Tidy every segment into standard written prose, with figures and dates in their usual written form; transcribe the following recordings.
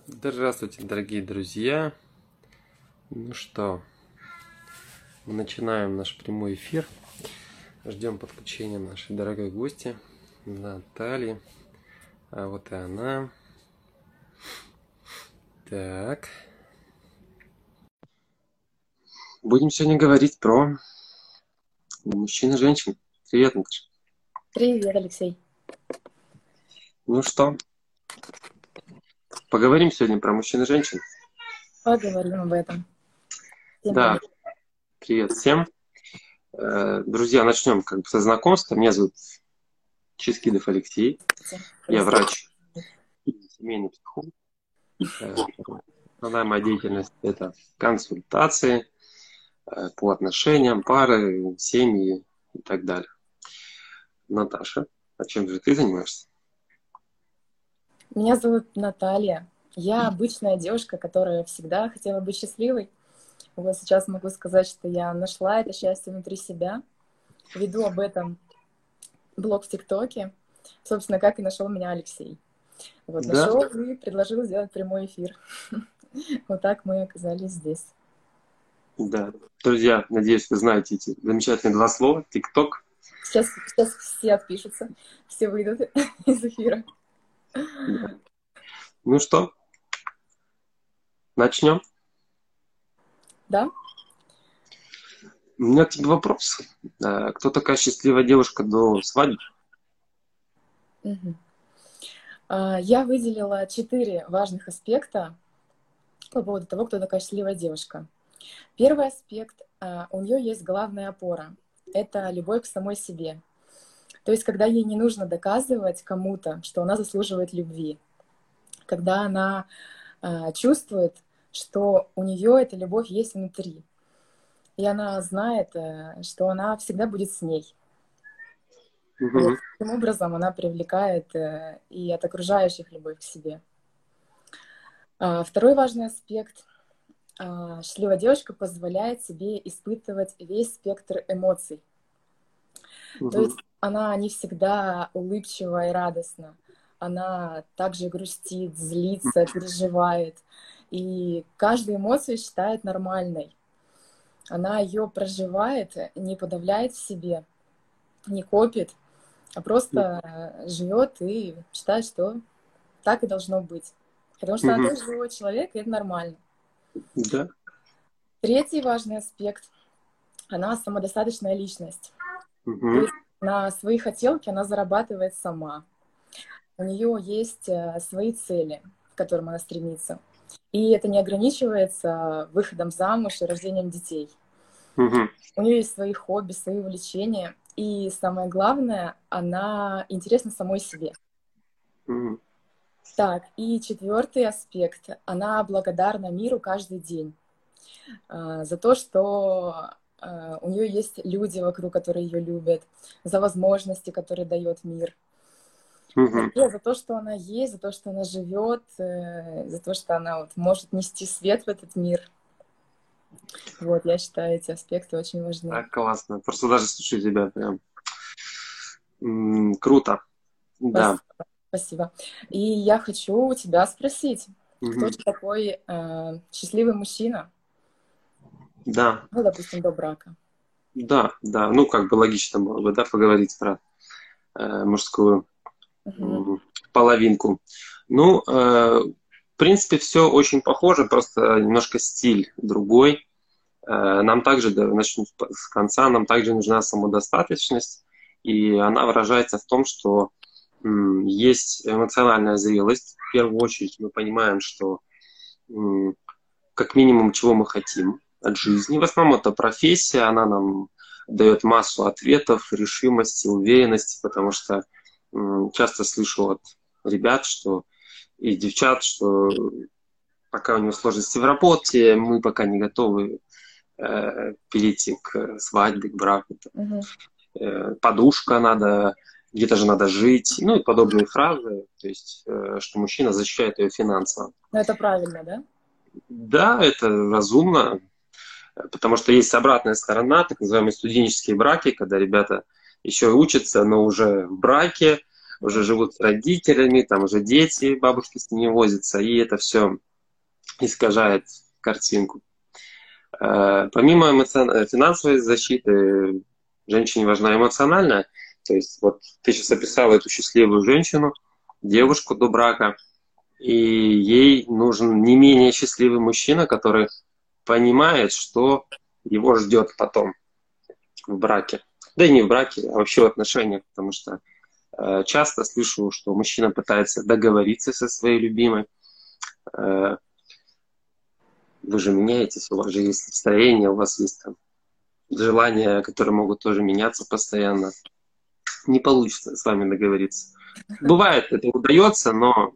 Здравствуйте, дорогие друзья. Ну что, мы начинаем наш прямой эфир. Ждем подключения нашей дорогой гости Натальи. А вот и она. Так. Будем сегодня говорить про мужчин и женщин. Привет, Наташа. Привет, Алексей. Ну что, поговорим сегодня про мужчин и женщин? Поговорим об этом. Всем Да, привет. привет всем. Друзья, начнем со знакомства. Меня зовут Чискидов Алексей. Я врач и семейный психолог. Основная моя деятельность – это консультации по отношениям, пары, семьи и так далее. Наташа, а чем же ты занимаешься? Меня зовут Наталья. Я обычная девушка, которая всегда хотела быть счастливой. Вот сейчас могу сказать, что я нашла это счастье внутри себя. Веду об этом блог в ТикТоке. Собственно, как и нашел меня Алексей. Вот, Да, нашел и предложил сделать прямой эфир. Вот так мы оказались здесь. да. Друзья, надеюсь, вы знаете эти замечательные два слова. ТикТок. Сейчас все отпишутся, все выйдут из эфира. Да. Ну что, начнем? Да? У меня к тебе вопрос. Кто такая счастливая девушка до свадьбы? Мгм. Я выделила 4 важных аспекта по поводу того, кто такая счастливая девушка. Первый аспект, у нее есть главная опора. Это любовь к самой себе. То есть, когда ей не нужно доказывать кому-то, что она заслуживает любви. Когда она чувствует, что у нее эта любовь есть внутри. И она знает, что она всегда будет с ней. Вот. Угу. Таким образом она привлекает и от окружающих любовь к себе. Второй важный аспект. Счастливая девушка позволяет себе испытывать весь спектр эмоций. То Угу. есть она не всегда улыбчива и радостна. Она также грустит, злится, переживает. И каждую эмоцию считает нормальной. Она ее проживает, не подавляет в себе, не копит, а просто живет и считает, что так и должно быть. Потому что она Угу. тоже живой человек, и это нормально. Да. Третий важный аспект. Она самодостаточная личность. То Угу. есть на свои хотелки она зарабатывает сама. У нее есть свои цели, к которым она стремится. И это не ограничивается выходом замуж и рождением детей. Угу. У нее есть свои хобби, свои увлечения. И самое главное, она интересна самой себе. Угу. Так, и четвертый аспект. Она благодарна миру каждый день за то, что у нее есть люди вокруг, которые ее любят, за возможности, которые дает мир. Угу. За то, что она есть, за то, что она живет, за то, что она вот может нести свет в этот мир. Вот, я считаю, эти аспекты очень важны. Классно. Просто даже слушаю тебя прям. Круто. Да. Спасибо. Спасибо. И я хочу у тебя спросить, кто Угу. же такой счастливый мужчина, Да. ну, допустим, до брака? Да, да, ну как бы логично было бы, да, поговорить про мужскую Мгм. половинку. Ну, в принципе, все очень похоже, просто немножко стиль другой. Нам также, да, начну с конца, нам также нужна самодостаточность, и она выражается в том, что есть эмоциональная зрелость. В первую очередь мы понимаем, что как минимум, чего мы хотим от жизни. В основном это профессия, она нам дает массу ответов, решимости, уверенности, потому что часто слышу от ребят, что и девчат, что пока у него сложности в работе, мы пока не готовы перейти к свадьбе, к браку. Мгм. Подушка надо, где-то же надо жить, ну и подобные фразы, то есть, что мужчина защищает ее финансово. Ну, это правильно, да? Да, это разумно, потому что есть обратная сторона, так называемые студенческие браки, когда ребята еще учатся, но уже в браке, уже живут с родителями, там уже дети, бабушки с ними возятся, и это все искажает картинку. Помимо финансовой защиты, женщине важна эмоциональная. То есть вот ты сейчас описала эту счастливую женщину, девушку до брака, и ей нужен не менее счастливый мужчина, который понимает, что его ждет потом в браке. Да и не в браке, а вообще в отношениях, потому что часто слышу, что мужчина пытается договориться со своей любимой. Вы же меняетесь, у вас же есть настроение, у вас есть там желания, которые могут тоже меняться постоянно. Не получится с вами договориться. Бывает, это удается, но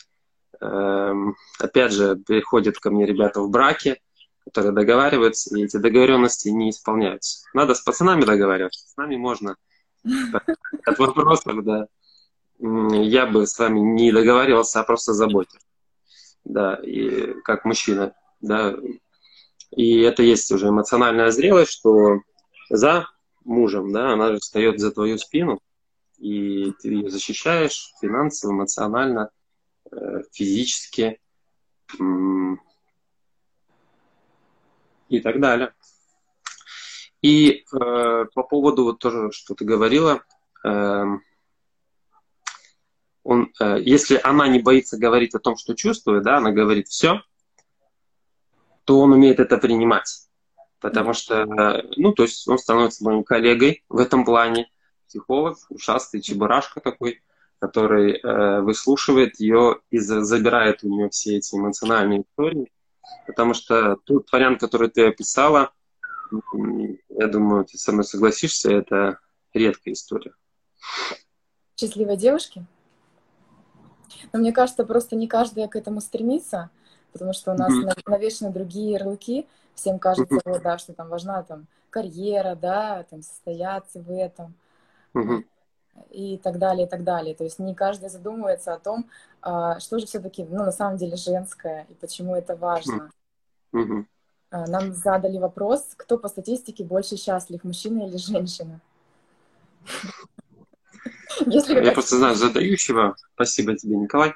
опять же, приходят ко мне ребята в браке, которые договариваются, и эти договоренности не исполняются. Надо с пацанами договариваться, с нами можно. От вопросов, да. Я бы с вами не договаривался, а просто заботился. Да, и как мужчина, да. И это есть уже эмоциональная зрелость, что за мужем, да, она же встает за твою спину, и ты ее защищаешь финансово, эмоционально, физически и так далее. И по поводу вот тоже, что ты говорила, если она не боится говорить о том, что чувствует, да, она говорит все, то он умеет это принимать. Потому что, ну, то есть он становится моим коллегой в этом плане, психолог, ушастый чебурашка такой, который выслушивает ее и забирает у нее все эти эмоциональные истории. Потому что тот вариант, который ты описала, я думаю, ты со мной согласишься, это редкая история. Счастливой девушки? Но мне кажется, просто не каждая к этому стремится, потому что у нас навешаны другие ярлыки. Всем кажется, вот, да, что там важна там карьера, да, там состояться в этом и так далее, и так далее. То есть не каждый задумывается о том, что же все-таки, ну, на самом деле женское и почему это важно. Нам задали вопрос, кто по статистике больше счастлив, мужчина или женщина? Я просто знаю задающего. Спасибо тебе, Николай.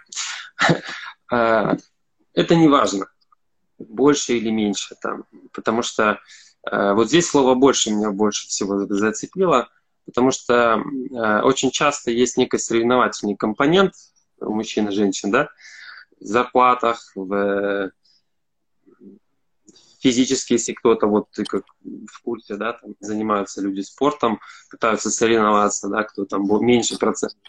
Это не важно, больше или меньше там, потому что вот здесь слово «больше» меня больше всего зацепило, потому что очень часто есть некий соревновательный компонент у мужчин и женщин, да, в зарплатах, в физически, если кто-то, вот ты как в курсе, да, там занимаются люди спортом, пытаются соревноваться, да, кто там меньше процентов,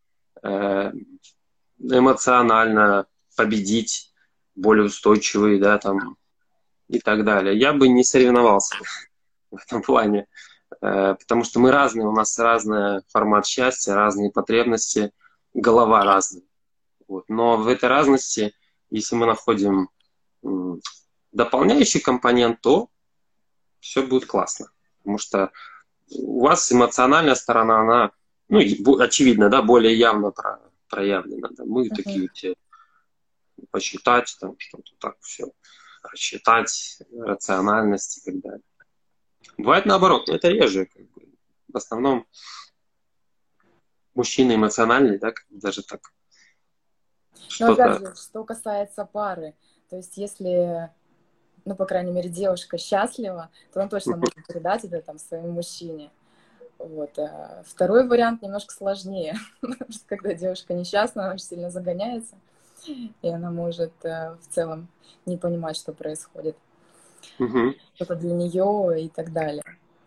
эмоционально победить, более устойчивый, да, там, и так далее. Я бы не соревновался в этом плане, потому что мы разные, у нас разный формат счастья, разные потребности, голова разная. Вот. Но в этой разности, если мы находим дополняющий компонент, то все будет классно. Потому что у вас эмоциональная сторона, она, ну, очевидно, да, более явно проявлена. Да. Мы такие все посчитать, там что-то так все рассчитать, рациональность и так далее. Бывает наоборот, но это реже. Как бы. В основном мужчина эмоциональный, да, даже так. Но опять же, что касается пары, то есть если, ну, по крайней мере, девушка счастлива, то он точно может передать это там своему мужчине. Вот. А второй вариант немножко сложнее, потому что когда девушка несчастна, она очень сильно загоняется, и она может в целом не понимать, что происходит. Что-то для нее и так далее.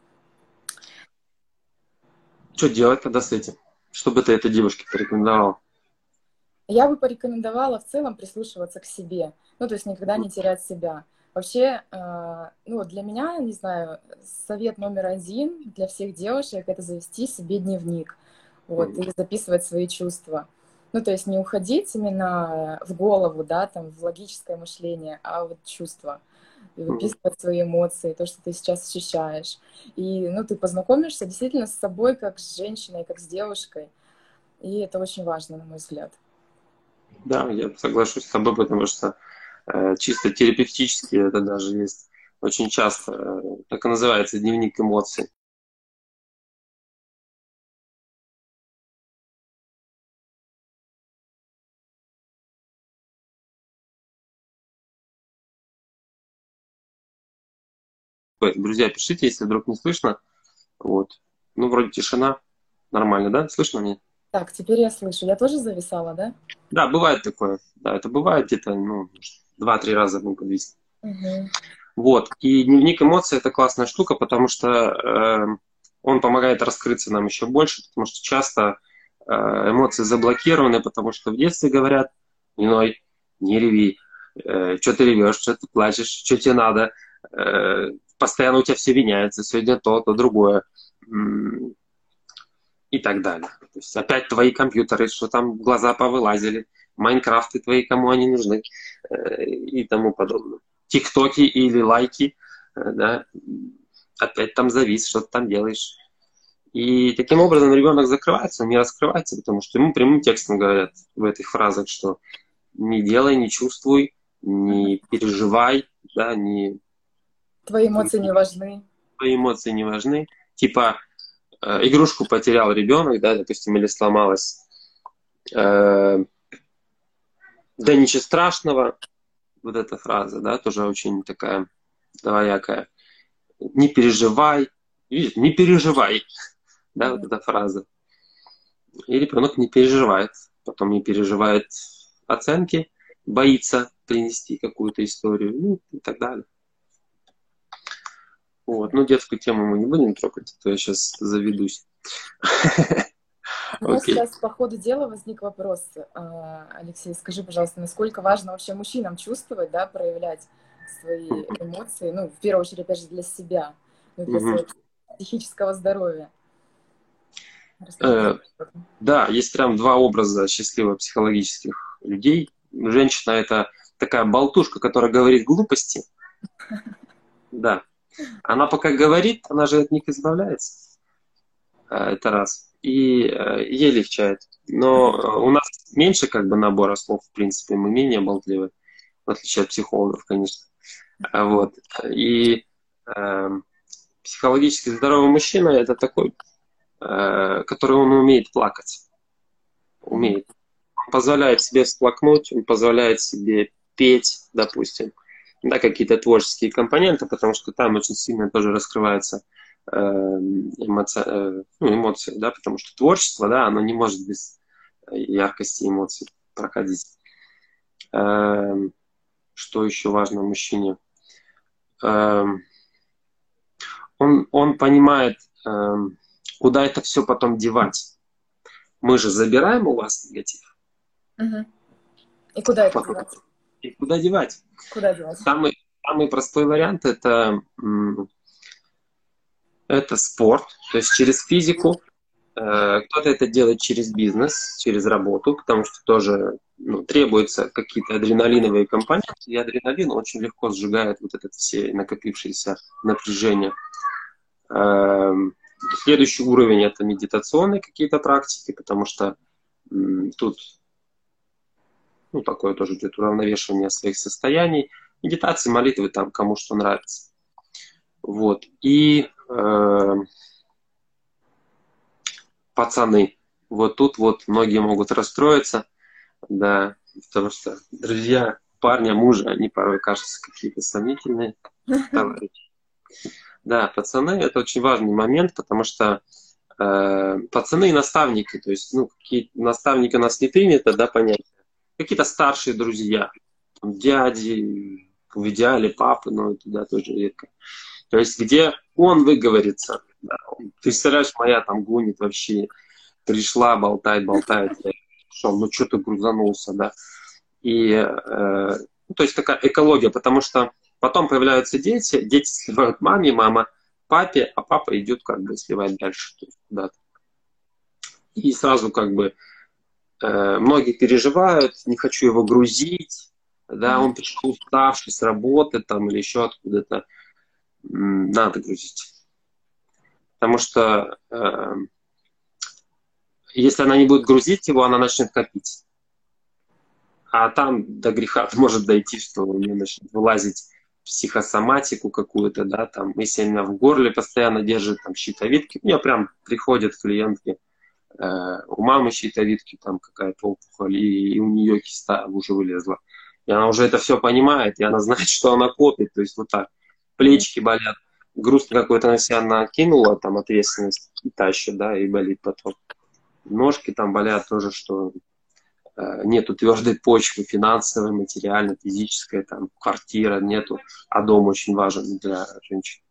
Что делать тогда с этим? Что бы ты этой девушке порекомендовал? Я бы порекомендовала в целом прислушиваться к себе. Ну, то есть никогда не терять себя. Вообще, ну, для меня, не знаю, совет номер один для всех девушек — это завести себе дневник. Вот, и записывать свои чувства. Ну, то есть не уходить именно в голову, да, там, в логическое мышление, а вот чувства. И выписывать свои эмоции, то, что ты сейчас ощущаешь. И, ну, ты познакомишься действительно с собой, как с женщиной, как с девушкой. И это очень важно, на мой взгляд. Да, я соглашусь с тобой, потому что чисто терапевтически это даже есть очень часто. Так и называется дневник эмоций. Ой, друзья, пишите, если вдруг не слышно. Вот. Ну, вроде тишина. Нормально, да? Слышно мне? Так, теперь я слышу. Я тоже зависала, да? Да, бывает такое. Да, это бывает где-то, ну, 2-3 раза мы подвисли. Угу. Вот. И дневник эмоций это классная штука, потому что он помогает раскрыться нам еще больше, потому что часто эмоции заблокированы, потому что в детстве говорят: Ниной, не реви, что ты ревешь, что ты плачешь, что тебе надо, постоянно у тебя все меняется, сегодня то другое, и так далее. То есть опять твои компьютеры, что там глаза повылазили, Майнкрафты твои, кому они нужны, и тому подобное. ТикТоки или лайки, да, опять там завис, что ты там делаешь. И таким образом ребенок закрывается, он не раскрывается, потому что ему прямым текстом говорят в этих фразах, что не делай, не чувствуй, не переживай, да, Твои эмоции не важны. твои эмоции не важны. Типа, игрушку потерял ребенок, да, допустим, или сломалась. Да ничего страшного, вот эта фраза, да, тоже очень такая двоякая. Не переживай, видишь, не переживай, да, вот эта фраза. И ребенок не переживает, потом не переживает оценки, боится принести какую-то историю, ну и так далее. Вот, ну детскую тему мы не будем трогать, а то я сейчас заведусь. У меня Окей. сейчас по ходу дела возник вопрос, Алексей, скажи, пожалуйста, насколько важно вообще мужчинам чувствовать, да, проявлять свои эмоции, ну, в первую очередь, опять же, для себя, ну, для своего психического здоровья. Да, есть прям два образа счастливых психологических людей. Женщина – это такая болтушка, которая говорит глупости. Да. Она пока говорит, она же от них избавляется. Это раз. И ей легчает. Но у нас меньше как бы набора слов, в принципе, мы менее болтливы, в отличие от психологов, конечно. Вот. И психологически здоровый мужчина – это такой, который он умеет плакать. Умеет. Он позволяет себе всплакнуть, он позволяет себе петь, допустим, да, какие-то творческие компоненты, потому что там очень сильно тоже раскрывается эмоции, да, потому что творчество, да, оно не может без яркости эмоций проходить. Что еще важно в мужчине? Он понимает, куда это все потом девать. Мы же забираем у вас негатив. Угу. И куда это девать? И куда девать? Куда девать? Самый простой вариант это спорт, то есть через физику. Кто-то это делает через бизнес, через работу, потому что тоже требуются какие-то адреналиновые компоненты, и адреналин очень легко сжигает вот это все накопившееся напряжение. Следующий уровень это медитационные какие-то практики, потому что тут такое тоже идет уравновешивание своих состояний. Медитации, молитвы, там, кому что нравится. Вот. И пацаны. Вот тут вот многие могут расстроиться, да, потому что друзья парня, мужа, они порой кажутся какие-то сомнительные товарищи. Да, пацаны, это очень важный момент, потому что пацаны и наставники, то есть, какие наставники у нас не принято, да, понять. Какие-то старшие друзья, дяди, в идеале папы, но это да, тоже редко. То есть, где он выговорится. Да. Ты представляешь, моя там гонит вообще, пришла, болтает. Что ты грузанулся, да. И, то есть, такая экология, потому что потом появляются дети сливают маме, мама папе, а папа идет как бы сливать дальше, то есть куда-то. И сразу как бы многие переживают, не хочу его грузить, да, он пришел уставший с работы там или еще откуда-то, надо грузить. Потому что если она не будет грузить его, она начнет копить. А там до греха может дойти, что у нее начнет вылазить психосоматику какую-то, да, там, если она в горле постоянно держит там щитовидки, у меня прям приходят клиентки, у мамы щитовидки там какая-то опухоль, и у нее киста уже вылезла. И она уже это все понимает, и она знает, что она копит, то есть вот так. Плечики болят, груз какой-то на себя накинула, там ответственность и тащит, да, и болит потом. Ножки там болят тоже, что нету твердой почвы финансовой, материальной, физической, там квартира нету, а дом очень важен для женщин.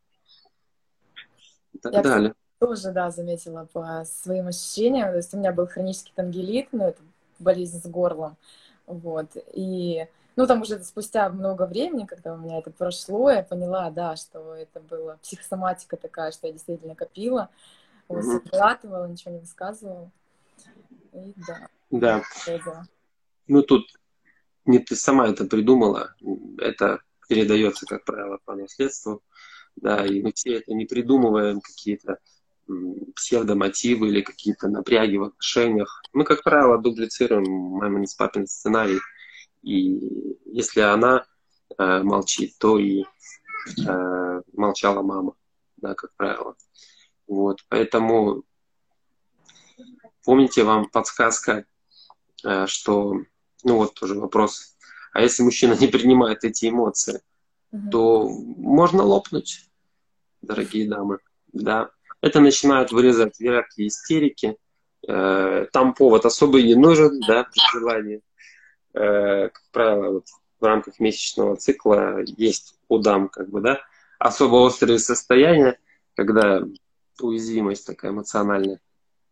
И так Я, кстати, далее. тоже, да, заметила по своим ощущениям. То есть у меня был хронический тонзиллит, ну, это болезнь с горлом. Вот. И, ну, там уже спустя много времени, когда у меня это прошло, я поняла, да, что это была психосоматика такая, что я действительно копила, вот, Мгм. заглатывала, ничего не высказывала. И да, Да. такое дело. Ну, тут не ты сама это придумала, это передается, как правило, по наследству, да, и мы все это не придумываем, какие-то псевдомотивы или какие-то напряги в отношениях. Мы, как правило, дублицируем мамин с папин сценарий, и если она молчит, то и молчала мама, да, как правило. Вот, поэтому помните, вам подсказка, что, ну вот тоже вопрос, а если мужчина не принимает эти эмоции, Мгм. то можно лопнуть, дорогие дамы, да. Это начинают вырезать яркие истерики, там повод особый не нужен, да, при желании. Как правило, вот в рамках месячного цикла есть у дам, как бы, да, особо острые состояния, когда уязвимость такая эмоциональная.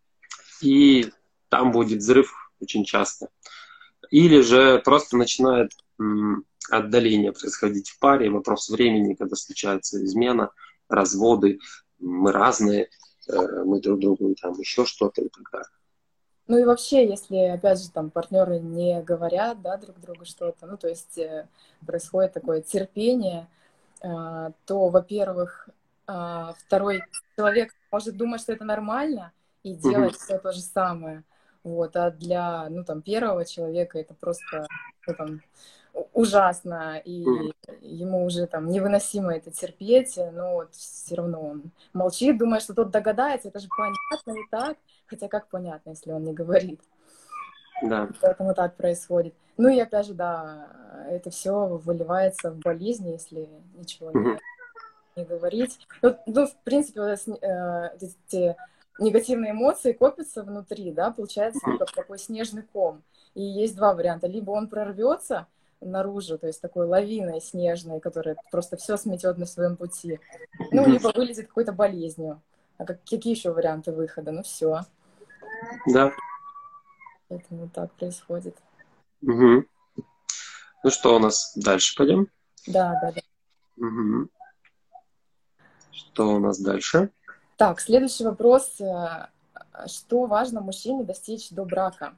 И там будет взрыв очень часто. Или же просто начинает отдаление происходить в паре, вопрос времени, когда случается измена, разводы, мы разные, мы друг другу там еще что-то и так далее. Ну и вообще, если, опять же, там партнеры не говорят, да, друг другу что-то, ну, то есть происходит такое терпение, то, во-первых, второй человек может думать, что это нормально, и Мгм. делать все то же самое. Вот, а для, ну, там, первого человека это просто, ну, там, ужасно, Мгм. и ему уже там невыносимо это терпеть, но вот все равно он молчит, думает, что тот догадается, это же понятно и так, хотя как понятно, если он не говорит. Да. Поэтому так происходит. Ну и опять же, да, это все выливается в болезни, если ничего Мгм. не говорить. Ну, в принципе, вот эти негативные эмоции копятся внутри, да, получается, ну, как такой снежный ком. И есть два варианта. Либо он прорвется наружу, то есть такой лавиной снежной, которая просто все сметет на своем пути. Ну, Мгм. либо вылезет какой-то болезнью. А какие еще варианты выхода? Ну, все. Да. Поэтому так происходит. Мгм. Ну что у нас дальше пойдем? Да, да, да. Мгм. Что у нас дальше? Так, следующий вопрос. Что важно мужчине достичь до брака?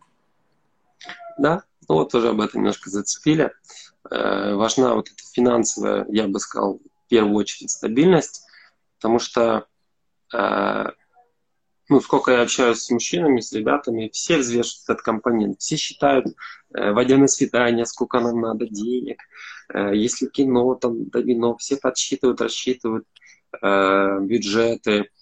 Да, ну вот тоже об этом немножко зацепили. Важна вот эта финансовая, я бы сказал, в первую очередь стабильность, потому что ну, сколько я общаюсь с мужчинами, с ребятами, все взвешивают этот компонент. Все считают, войдя на свидание, сколько нам надо денег, если кино, там, да вино, все подсчитывают, рассчитывают бюджеты,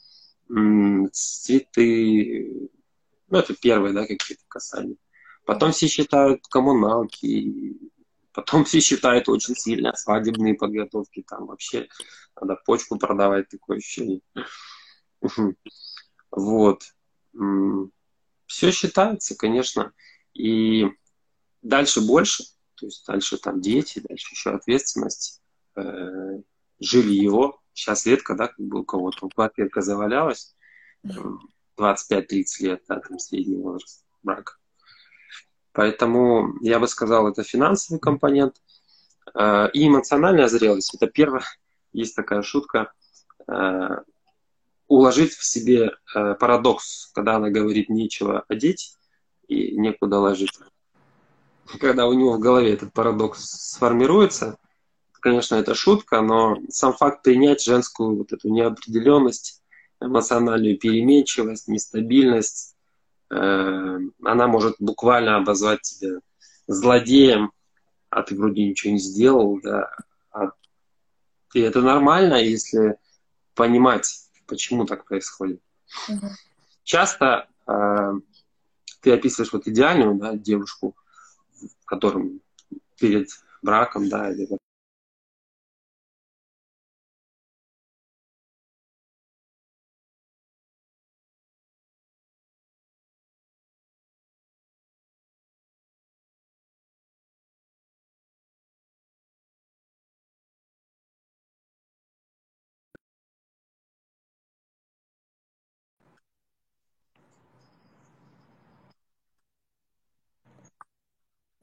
цветы. Ну, это первые, да, какие-то касания. Потом все считают коммуналки, потом все считают очень сильно свадебные подготовки, там вообще надо почку продавать, такое ощущение. Вот. Все считается, конечно. И дальше больше, то есть дальше там дети, дальше еще ответственность, жилье. Сейчас редко, да, как бы у кого-то квартирка завалялась, 25-30 лет, да, там средний возраст брака. Поэтому я бы сказал, это финансовый компонент. И эмоциональная зрелость. Это первое, есть такая шутка, уложить в себе парадокс, когда она говорит нечего одеть и некуда ложить. Когда у него в голове этот парадокс сформируется, конечно, это шутка, но сам факт принять женскую вот эту неопределенность, эмоциональную переменчивость, нестабильность, она может буквально обозвать тебя злодеем, а ты вроде ничего не сделал, да. И это нормально, если понимать, почему так происходит. Мгм. Часто ты описываешь вот идеальную, да, девушку, в котором перед браком, да, или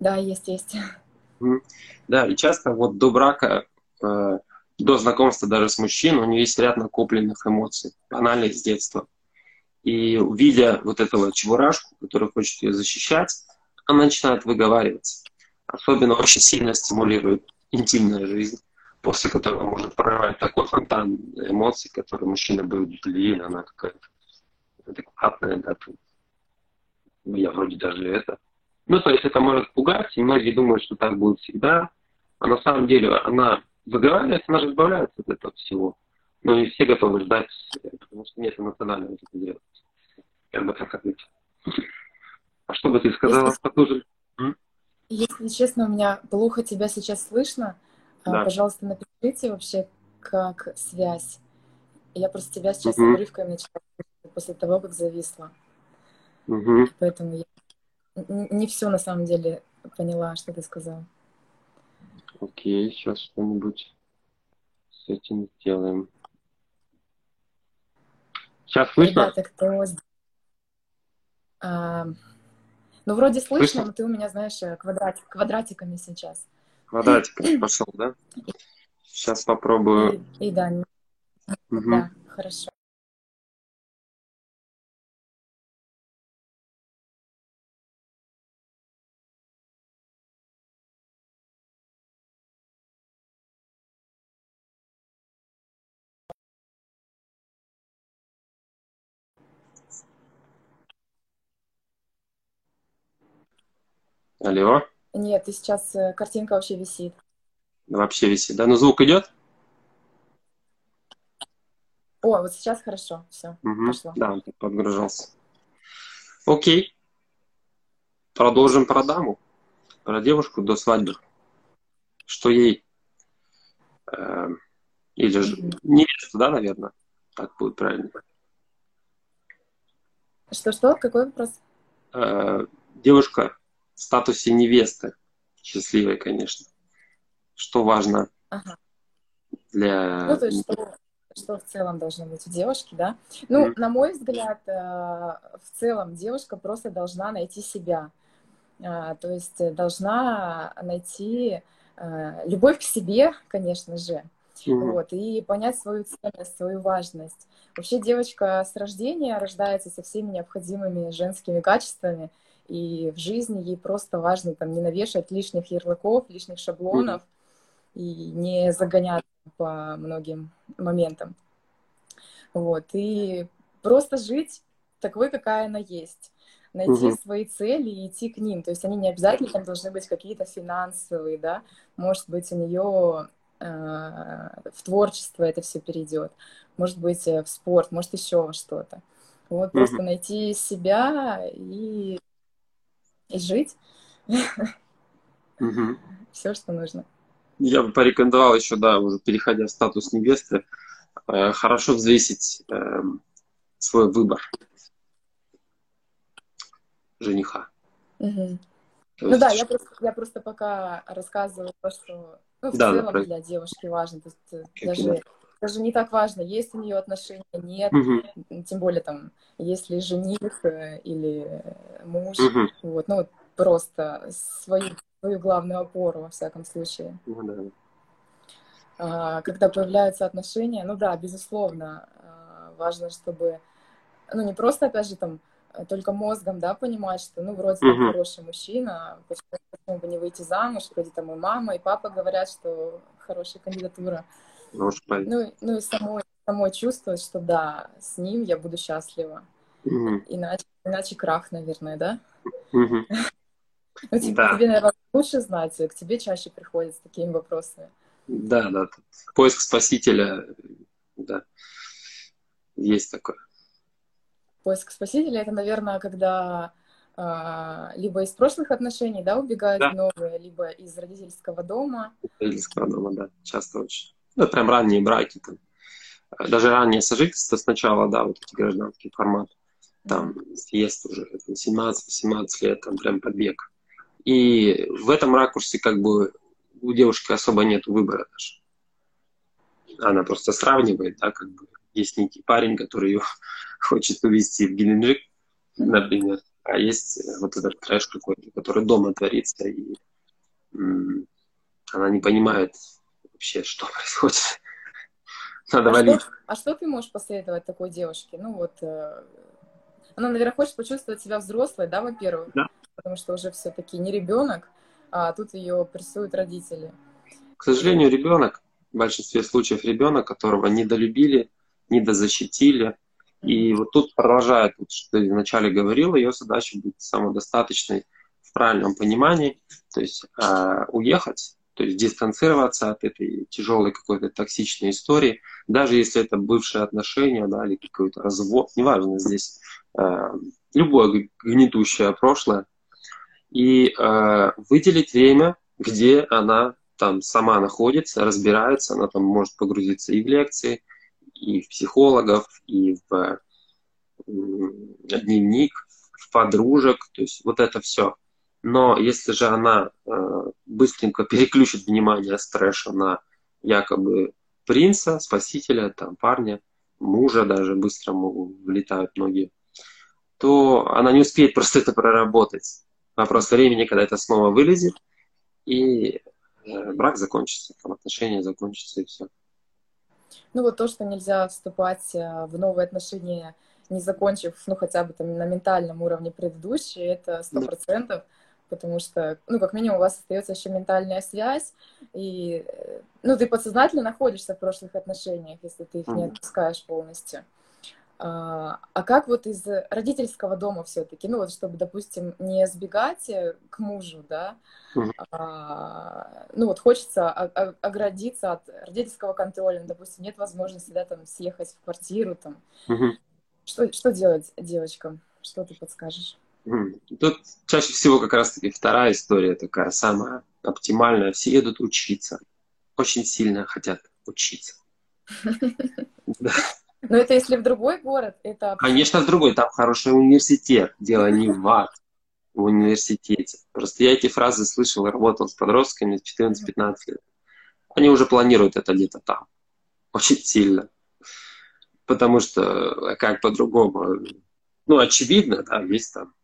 Да, есть. Мгм. Да, и часто вот до брака, до знакомства даже с мужчиной, у нее есть ряд накопленных эмоций, банально с детства. И видя вот этого чебурашку, который хочет ее защищать, она начинает выговариваться. Особенно очень сильно стимулирует интимная жизнь, после которого может прорывать такой фонтан эмоций, который мужчина будет, блин, она какая-то адекватная, да, тут, ну, я вроде даже это. Ну, то есть это может пугать, и многие думают, что так будет всегда, а на самом деле она выговаривается, она же избавляется от этого всего. Ну и все готовы ждать, потому что нет эмоционального это делать. Я бы так ответил. А что бы ты Если, сказала? Послушай. если честно, у меня плохо тебя сейчас слышно. Да. Пожалуйста, напишите вообще, как связь. Я просто тебя сейчас Угу. обрывками начала слышать после того, как зависла. Угу. Поэтому я не все на самом деле поняла, что ты сказал. Окей, сейчас что-нибудь с этим сделаем. Сейчас слышно? Ребята, кто... А, ну, вроде слышно, Слышно? но ты у меня, знаешь, квадратиками сейчас. Квадратиком пошел, да? Сейчас попробую. И да, Угу. да, хорошо. Алло. Нет, и сейчас картинка вообще висит. Вообще висит, да? Ну, звук идет? О, вот сейчас хорошо, все, Угу. пошло. Да, он так подгружался. Окей. Продолжим про даму, про девушку до свадьбы. Что ей, э, или же Мгм. невесту, да, наверное? Так будет правильно. Что? Какой вопрос? Девушка в статусе невесты, счастливой, конечно. Что важно Ага. Ну, для... то есть, что в целом должно быть у девушки, да? Ну, Мгм. на мой взгляд, в целом девушка просто должна найти себя. То есть должна найти любовь к себе, конечно же, Мгм. вот, и понять свою ценность, свою важность. Вообще девочка с рождения рождается со всеми необходимыми женскими качествами, и в жизни ей просто важно там не навешать лишних ярлыков, лишних Мгм. шаблонов и не загоняться по многим моментам. Вот, и просто жить такой, какая она есть. Найти Мгм. свои цели и идти к ним. То есть они не обязательно там должны быть какие-то финансовые, да. Может быть, у нее в творчество это все перейдет. Может быть, в спорт, может, еще во что-то. Вот Мгм. просто найти себя и жить Мгм. все, что нужно. Я бы порекомендовал еще, да, уже переходя в статус невесты, хорошо взвесить свой выбор жениха. Мгм. То Ну да, есть, я просто пока рассказываю то, что ну, в да, да, целом для девушки важно. То есть да. даже не так важно, есть у нее отношения, нет, Мгм. тем более там, есть ли жених или муж. Мгм. Вот, ну вот просто свою главную опору, во всяком случае. Ну, да. Когда появляются отношения, ну да, безусловно, важно, чтобы, ну не просто, опять же, там, только мозгом, да, понимать, что, ну, вроде там Мгм. хороший мужчина, почему бы не выйти замуж, вроде там и мама, и папа говорят, что хорошая кандидатура. Может, правильно. Ну и самой чувствовать, что да, с ним я буду счастлива. Мгм. Иначе крах, наверное, да? Мгм. Ну, Да, тебе, наверное, лучше знать, к тебе чаще приходят с такими вопросами. да, да. Тут поиск спасителя, да, есть такое. Поиск спасителя — это, наверное, когда либо из прошлых отношений, да, убегают Да, в новые, либо из родительского дома. родительского дома, да, часто очень. Ну, прям ранние браки, там. Даже раннее сожительство сначала, да, вот эти гражданские форматы, там, съезд уже 17-18 лет, там, прям побег. И в этом ракурсе, как бы, у девушки особо нет выбора даже. Она просто сравнивает, да, как бы, есть некий парень, который ее хочет увезти в Геленджик, например. а есть вот этот трэш какой-то, который дома творится, и она не понимает вообще, что происходит. Надо валить. А что ты можешь посоветовать такой девушке? Ну вот, она, наверное, хочет почувствовать себя взрослой, да, во-первых, Да. потому что уже все-таки не ребенок, а тут ее прессуют родители. К сожалению, ребенок, в большинстве случаев ребенок, которого недолюбили, недозащитили. И вот тут продолжает, вот, что ты вначале говорил, ее задача быть самодостаточной в правильном понимании, то есть уехать, то есть дистанцироваться от этой тяжелой какой-то токсичной истории, даже если это бывшие отношения, да, или какой-то развод, неважно здесь, любое гнетущее прошлое, и выделить время, где она там сама находится, разбирается, она там может погрузиться и в лекции, и в психологов, и в дневник, в подружек, то есть вот это все. Но если же она быстренько переключит внимание с трэша на якобы принца, спасителя, там, парня, мужа даже быстрому влетают многие, то она не успеет просто это проработать. Вопрос времени, когда это снова вылезет, и брак закончится, там отношения закончатся, и все. Ну вот то, что нельзя вступать в новые отношения, не закончив, ну хотя бы там на ментальном уровне предыдущие, это 100%, потому что, ну как минимум у вас остается еще ментальная связь, и, ну ты подсознательно находишься в прошлых отношениях, если ты их не отпускаешь полностью. А как вот из родительского дома все-таки, ну вот чтобы, допустим, не сбегать к мужу, да, ну вот хочется оградиться от родительского контроля, ну, допустим, нет возможности, да, там съехать в квартиру, там. Что делать девочкам? Что ты подскажешь? Тут чаще всего как раз-таки вторая история такая самая оптимальная. Все едут учиться. Очень сильно хотят учиться. Но это если в другой город, это... Конечно, в другой. Там хороший университет. Дело не в вас, в университете. Просто я эти фразы слышал, работал с подростками 14-15 лет. Они уже планируют это где-то там. Очень сильно. Потому что как по-другому? Ну, очевидно, да, есть там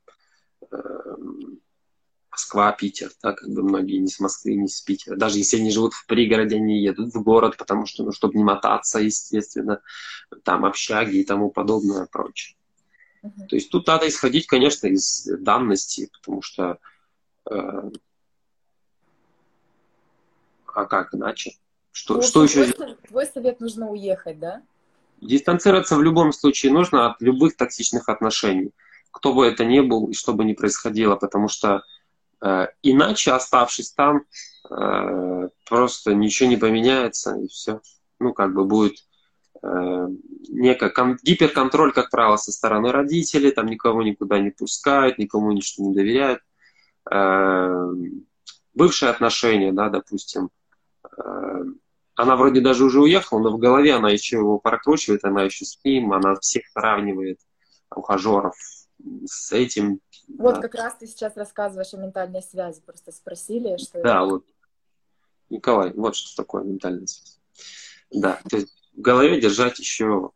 Москва, Питер, да, как бы многие не с Москвы, не с Питера. Даже если они живут в пригороде, они едут в город, потому что, ну, чтобы не мотаться, естественно, там общаги и тому подобное, прочее. То есть тут надо исходить, конечно, из данности, потому что а как иначе? Ну, Что еще? Твой совет нужно уехать, да? Дистанцироваться в любом случае нужно от любых токсичных отношений, кто бы это ни был и что бы ни происходило, потому что иначе, оставшись там, просто ничего не поменяется, и все. Ну, как бы будет гиперконтроль, как правило, со стороны родителей, там никого никуда не пускают, никому ничего не доверяют. Бывшие отношения, да, допустим, она вроде даже уже уехала, но в голове она еще его прокручивает, она еще с ним, она всех сравнивает, ухажеров с этим. Вот да. как раз ты сейчас рассказываешь о ментальной связи, просто спросили, что Да, это. вот. Николай, вот что такое ментальная связь. Да, то есть в голове держать еще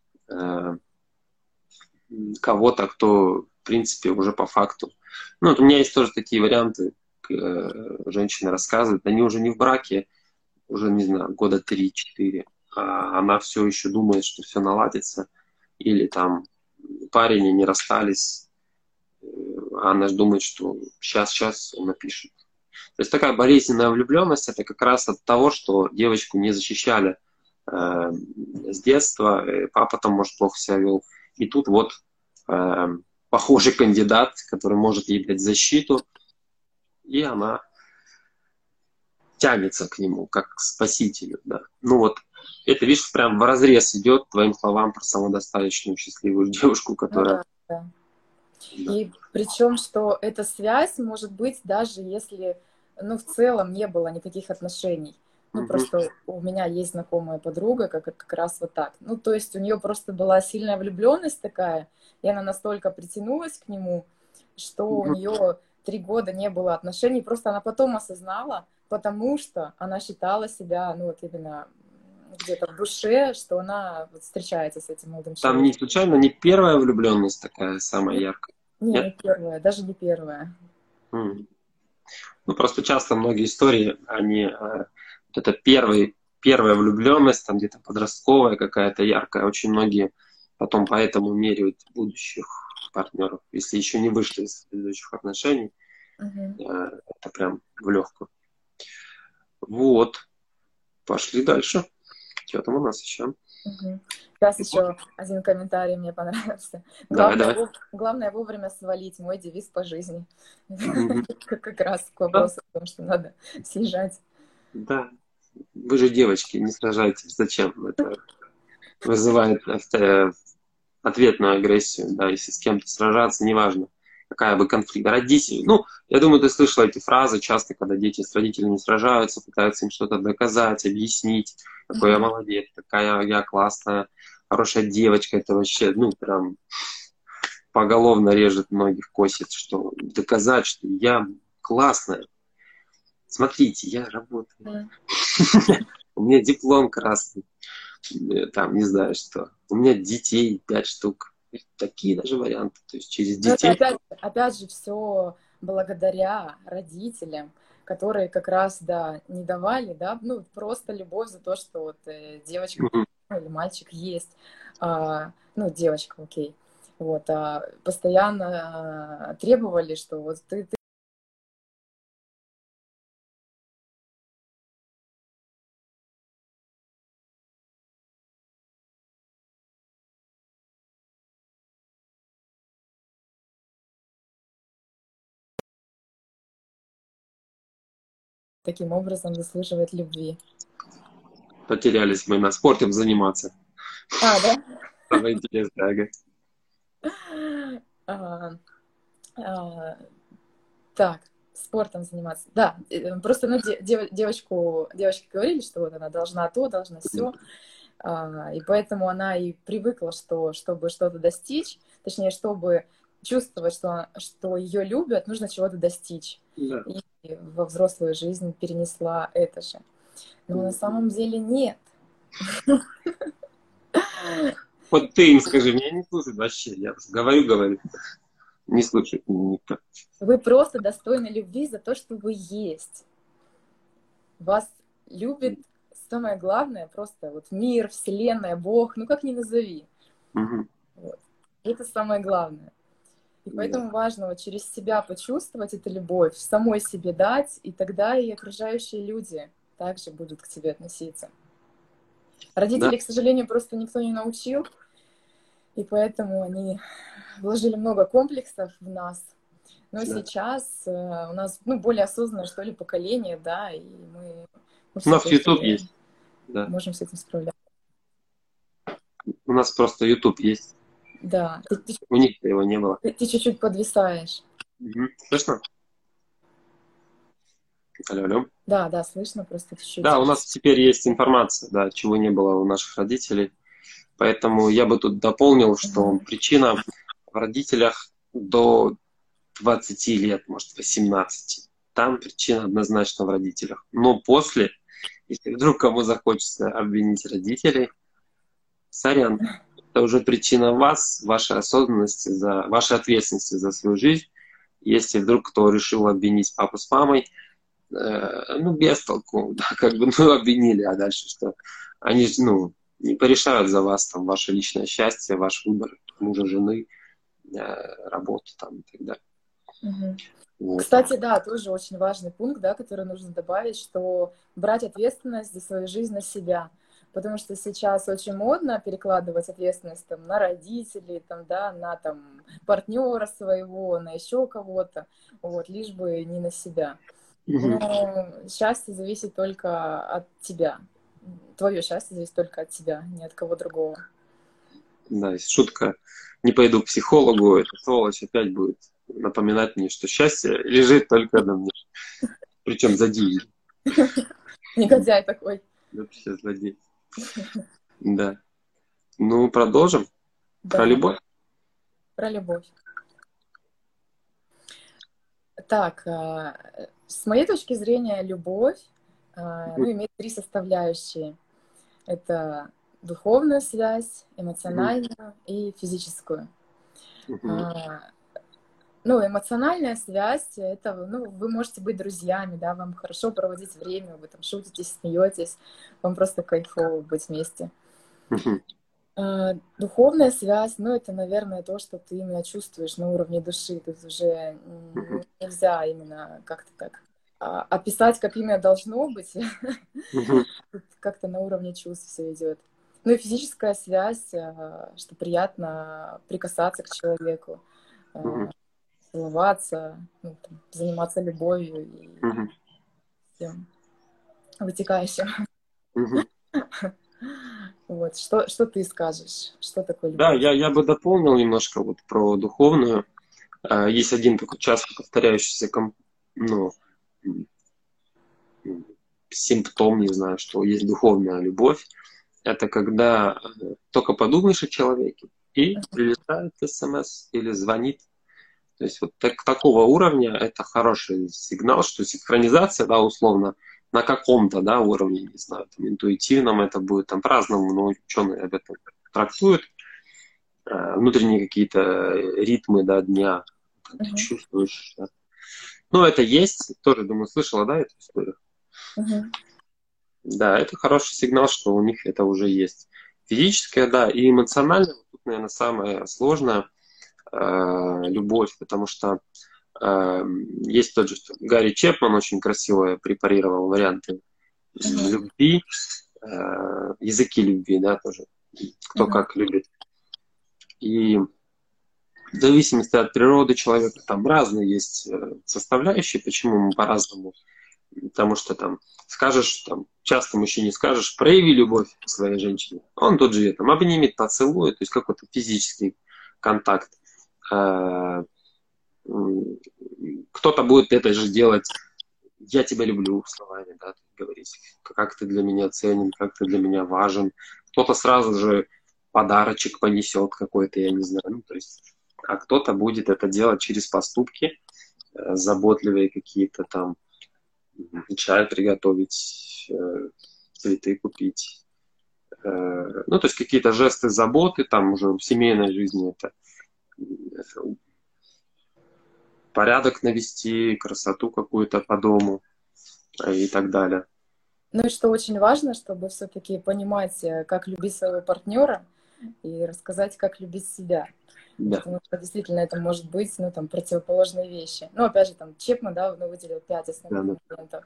кого-то, кто, в принципе, уже по факту. Ну, вот у меня есть тоже такие варианты, женщины рассказывают, они уже не в браке, уже, не знаю, года 3-4, а она все еще думает, что все наладится, или там парень и не расстались, а она же думает, что сейчас он напишет. То есть такая болезненная влюбленность, это как раз от того, что девочку не защищали с детства, папа там, может, плохо себя вел. И тут вот похожий кандидат, который может ей дать защиту, и она тянется к нему, как к спасителю. Да. Ну вот, это, видишь, прям вразрез идет твоим словам про самодостаточную счастливую девушку, которая... Ну, да. И причем, что эта связь может быть даже если, ну, в целом не было никаких отношений. Ну, просто у меня есть знакомая подруга, как раз вот так. Ну, то есть у нее просто была сильная влюбленность такая, и она настолько притянулась к нему, что у нее 3 года не было отношений. Просто она потом осознала, потому что она считала себя, ну, вот именно где-то в душе, что она вот встречается с этим молодым Там человеком. не случайно не первая влюбленность такая самая яркая. Не, Нет? не первая, даже не первая. М. Ну, просто часто многие истории, они, вот это первая влюбленность, там где-то подростковая какая-то яркая, очень многие потом поэтому меряют будущих партнеров, если еще не вышли из предыдущих отношений, Мгм. это прям в легкую. Вот, пошли дальше. Что там у нас еще? Мгм. Сейчас еще один комментарий мне понравился. Давай, давай. Главное вовремя свалить, мой девиз по жизни. Мгм. Как раз к Да, вопросу о том, что надо съезжать. да. Вы же девочки, не сражайтесь. Зачем? Это вызывает ответную агрессию, да, если с кем-то сражаться, неважно, какая бы конфликт. Родители, ну, я думаю, ты слышала эти фразы часто, когда дети с родителями сражаются, пытаются им что-то доказать, объяснить, какой я Мгм. молодец, какая я классная, хорошая девочка, это вообще, ну, прям поголовно режет многих, косит, что доказать, что я классная. Смотрите, я работаю. Мгм. У меня диплом красный. Там, не знаю что. У меня детей 5 штук. Такие даже варианты. То есть через Но это детей. опять же все благодаря родителям, которые как раз, да, не давали, да, ну, просто любовь за то, что вот девочка Мгм. или мальчик есть, ну, девочка, окей, вот, постоянно требовали, что вот ты таким образом заслуживает любви. Потерялись мы на спортом заниматься. Да? Самое интересное, ага. А, а, Так, спортом заниматься. Да, просто ну, девочки говорили, что вот она должна то, должна все, и поэтому она и привыкла, что чтобы что-то достичь, точнее, чтобы чувствовать, что ее любят, нужно чего-то достичь. Да. И во взрослую жизнь перенесла это же. Но на самом деле нет. Вот ты им скажи, меня не слушают вообще. Я говорю. Не слушает никто. Вы просто достойны любви за то, что вы есть. Вас любит самое главное, просто вот мир, вселенная, Бог, ну как ни назови. Мгм. Вот. Это самое главное. И Да. поэтому важно вот через себя почувствовать эту любовь, самой себе дать, и тогда и окружающие люди также будут к тебе относиться. Да. Родителей, к сожалению, просто никто не научил, и поэтому они вложили много комплексов в нас. Но Да. сейчас у нас ну, более осознанное, что ли, поколение, да, и мы У нас YouTube все-таки есть. Да. можем с этим справляться. У нас просто YouTube есть. Да, У них-то его не было. ты чуть-чуть подвисаешь. Мгм. Слышно? Алло, алло. Да, да, слышно, просто Да, чуть-чуть. у нас теперь есть информация, да, чего не было у наших родителей. Поэтому я бы тут дополнил, что Мгм. причина в родителях до 20 лет, может, 18. Там причина однозначно в родителях. Но после, если вдруг кому захочется обвинить родителей, сорян, это уже причина вас, вашей осознанности, вашей ответственности за свою жизнь. Если вдруг кто решил обвинить папу с мамой, ну, без толку, да, как бы, ну, обвинили, а дальше что? Они же, ну, не порешают за вас там ваше личное счастье, ваш выбор мужа, жены, работу там и так далее. Мгм. Вот. Кстати, да, тоже очень важный пункт, да, который нужно добавить, что брать ответственность за свою жизнь на себя. Потому что сейчас очень модно перекладывать ответственность там, на родителей, там, да, на там, партнера своего, на еще кого-то, вот, лишь бы не на себя. Мгм. Но счастье зависит только от тебя. Твое счастье зависит только от тебя, ни от кого другого. Да, есть шутка. Не пойду к психологу, эта сволочь опять будет напоминать мне, что счастье лежит только на мне. Причем за деньги. Негодяй такой. Вообще злодей. Да. Ну, продолжим. Про Да, любовь. про любовь. Так, с моей точки зрения, любовь, Мгм. ну, имеет три составляющие. Это духовную связь, Мгм. эмоциональную и физическую. Мгм. А, Ну, эмоциональная связь, это, ну, вы можете быть друзьями, да, вам хорошо проводить время, вы там шутите, смеетесь, вам просто кайфово быть вместе. Мгм. Духовная связь, ну, это, наверное, то, что ты именно чувствуешь на уровне души. Тут уже Мгм. нельзя именно как-то так описать, как именно должно быть. Мгм. Тут как-то на уровне чувств все идет. Ну и физическая связь, что приятно прикасаться к человеку, Мгм. целоваться, ну, там, заниматься любовью и Мгм. всем вытекающим. Мгм. Вот, что ты скажешь? Что такое Да, любовь? я бы дополнил немножко вот про духовную. Есть один такой часто повторяющийся ну, м, симптом, не знаю, что есть духовная любовь. Это когда только подумаешь о человеке, и прилетает СМС или звонит. То есть вот такого уровня это хороший сигнал, что синхронизация, да, условно, на каком-то, да, уровне, не знаю, там, интуитивном это будет там по-разному, но ученые об этом трактуют. Внутренние какие-то ритмы, да, дня, там, ты Мгм. чувствуешь. Да. Ну, это есть, тоже, думаю, слышала, да, эту историю? Мгм. Да, это хороший сигнал, что у них это уже есть. Физическое, да, и эмоционально, тут, наверное, самое сложное, любовь, потому что есть тот же Гарри Чепман очень красиво препарировал варианты Мгм. любви, языки любви, да, тоже, кто Мгм. как любит. И в зависимости от природы человека, там разные есть составляющие, почему мы по-разному. Потому что там скажешь, там, часто мужчине скажешь, прояви любовь к своей женщине, он тут же там обнимет, поцелует, то есть какой-то физический контакт. Э, Кто-то будет это же делать, я тебя люблю, словами, да, говорить, как ты для меня ценен, как ты для меня важен. Кто-то сразу же подарочек понесет какой-то, я не знаю, ну, то есть, а кто-то будет это делать через поступки, заботливые какие-то там, чай приготовить, цветы купить. Ну, то есть какие-то жесты заботы, там уже в семейной жизни это порядок навести, красоту какую-то по дому и так далее. Ну и что очень важно, чтобы все-таки понимать, как любить своего партнера и рассказать, как любить себя. Да, Потому что действительно это может быть, ну, там, противоположные вещи. Ну, опять же, там, Чепман, да, он выделил 5 да, основных да. моментов.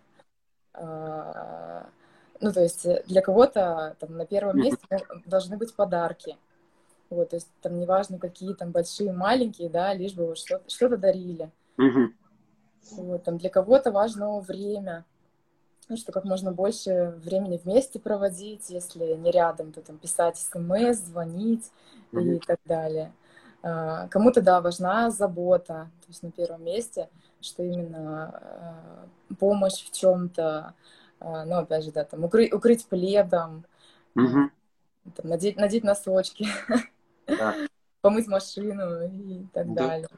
А, Ну, то есть для кого-то там на первом Мгм, месте должны быть подарки. Вот, то есть там неважно, какие там большие, маленькие, да, лишь бы вот что-то дарили. мгм, Вот, там для кого-то важно время, ну, что как можно больше времени вместе проводить, если не рядом, то там писать смс, звонить мгм, и так далее. Кому-то, да, важна забота, то есть на первом месте, что именно помощь в чем-то, ну, опять же, да, там укрыть пледом, а, мгм, там, надеть носочки, да, помыть машину и так да. далее.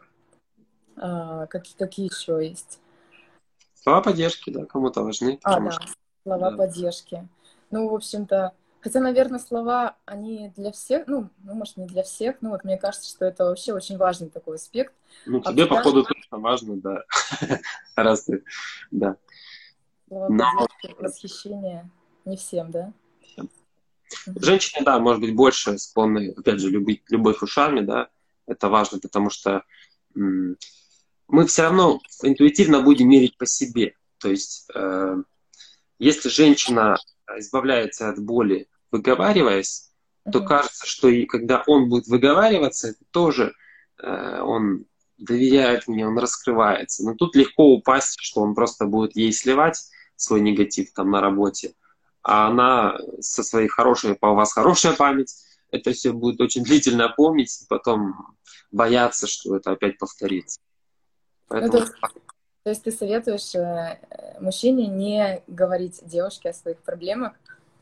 Какие еще есть? Слова поддержки, да, кому-то важны, потому Да, что, слова да. поддержки. Ну, в общем-то, хотя, наверное, слова, они для всех, ну, может, не для всех, но вот мне кажется, что это вообще очень важный такой аспект. Ну, тебе, Общаться, походу, точно важно, да. Раз ты, да. слова Но поддержки, восхищения не всем, да? Мгм. женщины, да, может быть, больше склонны, опять же, любить любовь ушами, да, это важно, потому что м, мы все равно интуитивно будем мерить по себе. То есть, если женщина избавляется от боли, выговариваясь, то Мгм. кажется, что и когда он будет выговариваться, это тоже он доверяет мне, он раскрывается. Но тут легко упасть, что он просто будет ей сливать свой негатив там на работе, а она со своей хорошей, у вас хорошая память, это все будет очень длительно помнить, и потом бояться, что это опять повторится. Ну, Поэтому то есть ты советуешь мужчине не говорить девушке о своих проблемах?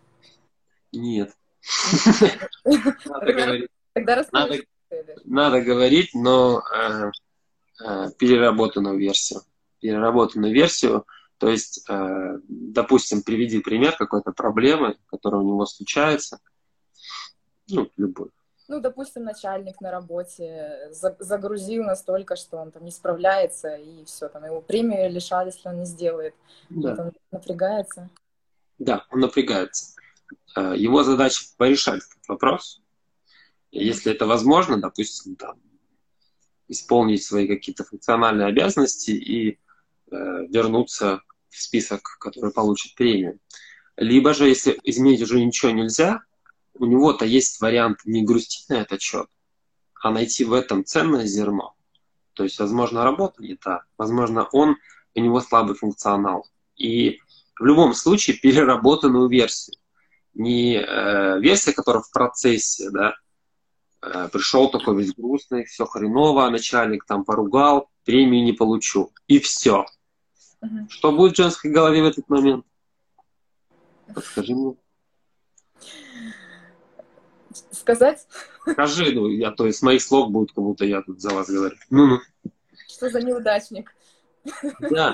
нет, Нет. надо говорить. Тогда расскажи, Надо, что ты советуешь. надо говорить, но переработанную версию. Переработанную версию, то есть, допустим, приведи пример какой-то проблемы, которая у него случается, ну, любой. Ну, допустим, начальник на работе загрузил настолько, что он там не справляется, и все, там его премию лишат, если он не сделает. Он Да, там напрягается. да, он напрягается. Его задача порешать этот вопрос. И если это возможно, допустим, там, исполнить свои какие-то функциональные обязанности и вернуться в список, который получит премию. Либо же, если изменить уже ничего нельзя, у него-то есть вариант не грустить на этот счет, а найти в этом ценное зерно. То есть, возможно, работа не та, возможно, у него слабый функционал. И в любом случае переработанную версию. Не версия, которая в процессе, да, пришел такой весь грустный, все хреново, начальник там поругал, премию не получу. И все. Что будет в женской голове в этот момент? Подскажи мне. Сказать? Скажи, ну, то есть с моих слов будет, как будто я тут за вас говорю. Ну-ну. Что за неудачник? Да,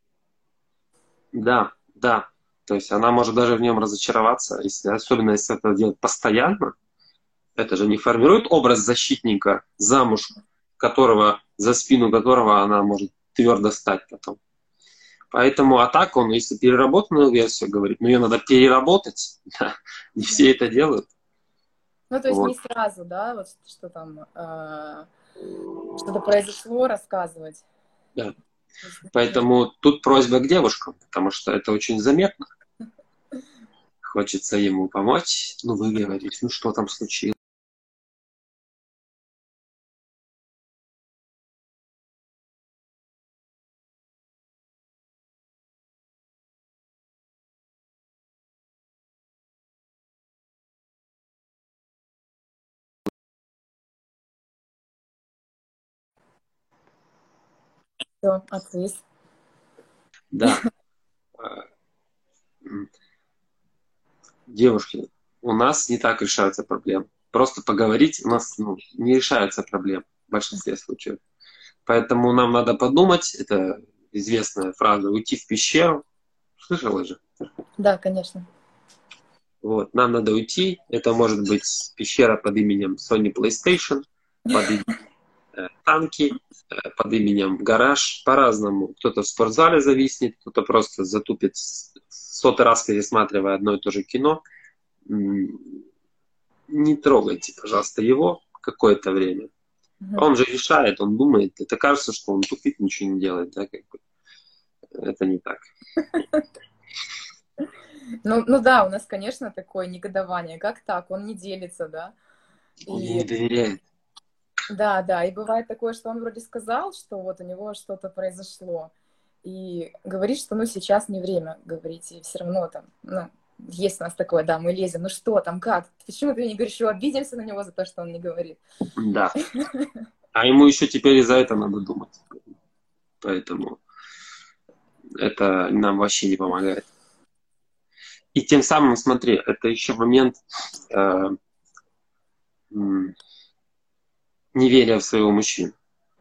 да, да. То есть она может даже в нем разочароваться, особенно если это делать постоянно. Это же не формирует образ защитника, замуж которого, за спину которого она может твердо стать потом. Поэтому, а так он, если переработанную версию говорит, ее надо переработать, да, не все это делают. Ну, то есть Вот. не сразу, да, вот что там что-то произошло, рассказывать. Да. Поэтому тут просьба к девушкам, потому что это очень заметно. Хочется ему помочь, выговорить, что там случилось. Все, отвис. Да. Девушки, у нас не так решаются проблемы. Просто поговорить у нас не решаются проблемы в большинстве случаев. Поэтому нам надо подумать, это известная фраза, уйти в пещеру. Слышала же? Да, конечно. Вот, нам надо уйти. Это может быть пещера под именем Sony PlayStation, под именем танки, под именем гараж, по-разному. Кто-то в спортзале зависнет, кто-то просто затупит, сотый раз пересматривая одно и то же кино. Не трогайте, пожалуйста, его какое-то время. Он же решает, он думает. Это кажется, что он тупит, ничего не делает. Да, как бы. Это не так. Ну да, у нас, конечно, такое негодование. Как так? Он не делится, да? Он мне не доверяет. Да, и бывает такое, что он вроде сказал, что вот у него что-то произошло, и говорит, что сейчас не время говорить, и все равно там, есть у нас такое, да, мы лезем, ну что там, как? Почему ты не говоришь, что обидимся на него за то, что он не говорит? Да. А ему еще теперь и за это надо думать. Поэтому это нам вообще не помогает. И тем самым, смотри, это еще момент неверия в своего мужчину.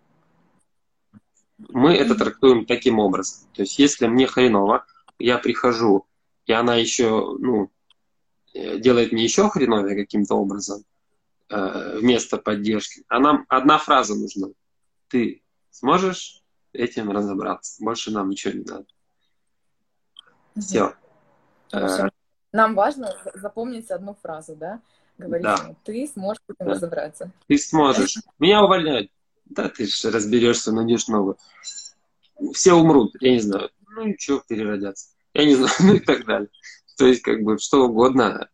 Мы это трактуем таким образом. То есть, если мне хреново, я прихожу, и она еще, делает мне еще хреновее каким-то образом, вместо поддержки, а нам одна фраза нужна. Ты сможешь этим разобраться? Больше нам ничего не надо. Все. Нам важно запомнить одну фразу, да? Говорить Да. ему, ты сможешь этим разобраться. Ты сможешь. Меня увольняют. Да, ты же разберешься, найдешь новую. Все умрут, я не знаю. Ничего, переродятся. Я не знаю, и так далее. То есть, как бы, что угодно.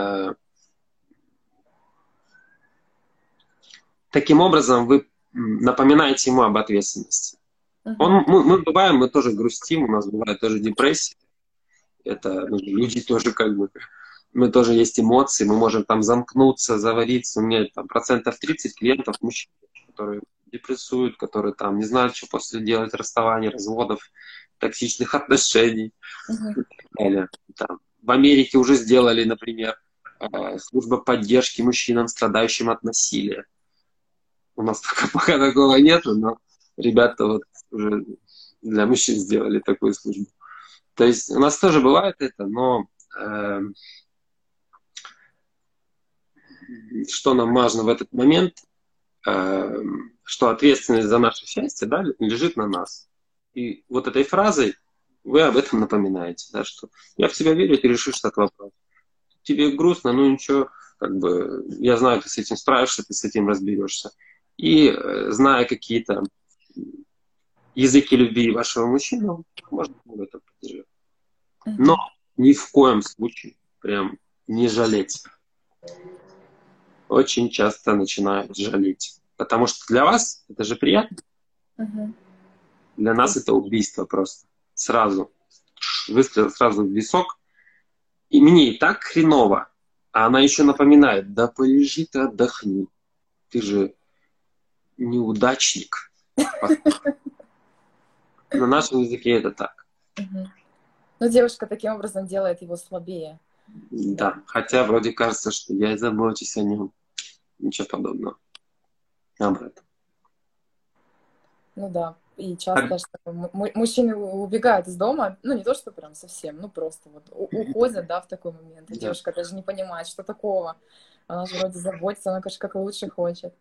Таким образом, вы напоминаете ему об ответственности. Мы бываем, мы тоже грустим, у нас бывает тоже депрессия. Это люди тоже как бы... Мы тоже есть эмоции, мы можем там замкнуться, завариться. У меня там 30% клиентов мужчин, которые депрессуют, которые там не знают, что после делать, расставаний, разводов, токсичных отношений. Там, в Америке уже сделали, например, служба поддержки мужчинам, страдающим от насилия. У нас пока такого нету, но ребята вот уже для мужчин сделали такую службу. То есть у нас тоже бывает это, но что нам важно в этот момент, что ответственность за наше счастье, да, лежит на нас. И вот этой фразой вы об этом напоминаете, да, что я в тебя верю, ты решишь этот вопрос. Тебе грустно, ну ничего, как бы, я знаю, ты с этим справишься, ты с этим разберешься. И зная какие-то языки любви вашего мужчины, можно в этом поддержать. Но ни в коем случае прям не жалеть. Очень часто начинают жалеть. Потому что для вас это же приятно. Для нас это убийство просто. Сразу. Выстрел сразу в висок. И мне и так хреново. А она еще напоминает, да полежи ты, отдохни. Ты же неудачник. На нашем языке это так. Но девушка таким образом делает его слабее. Да, хотя вроде кажется, что я забочусь о нем. Ничего подобного. Наоборот. Ну да, и часто что мужчины убегают из дома, ну не то, что прям совсем, ну просто вот уходят, да, в такой момент. И девушка даже не понимает, что такого. Она же вроде заботится, она, конечно, как лучше хочет.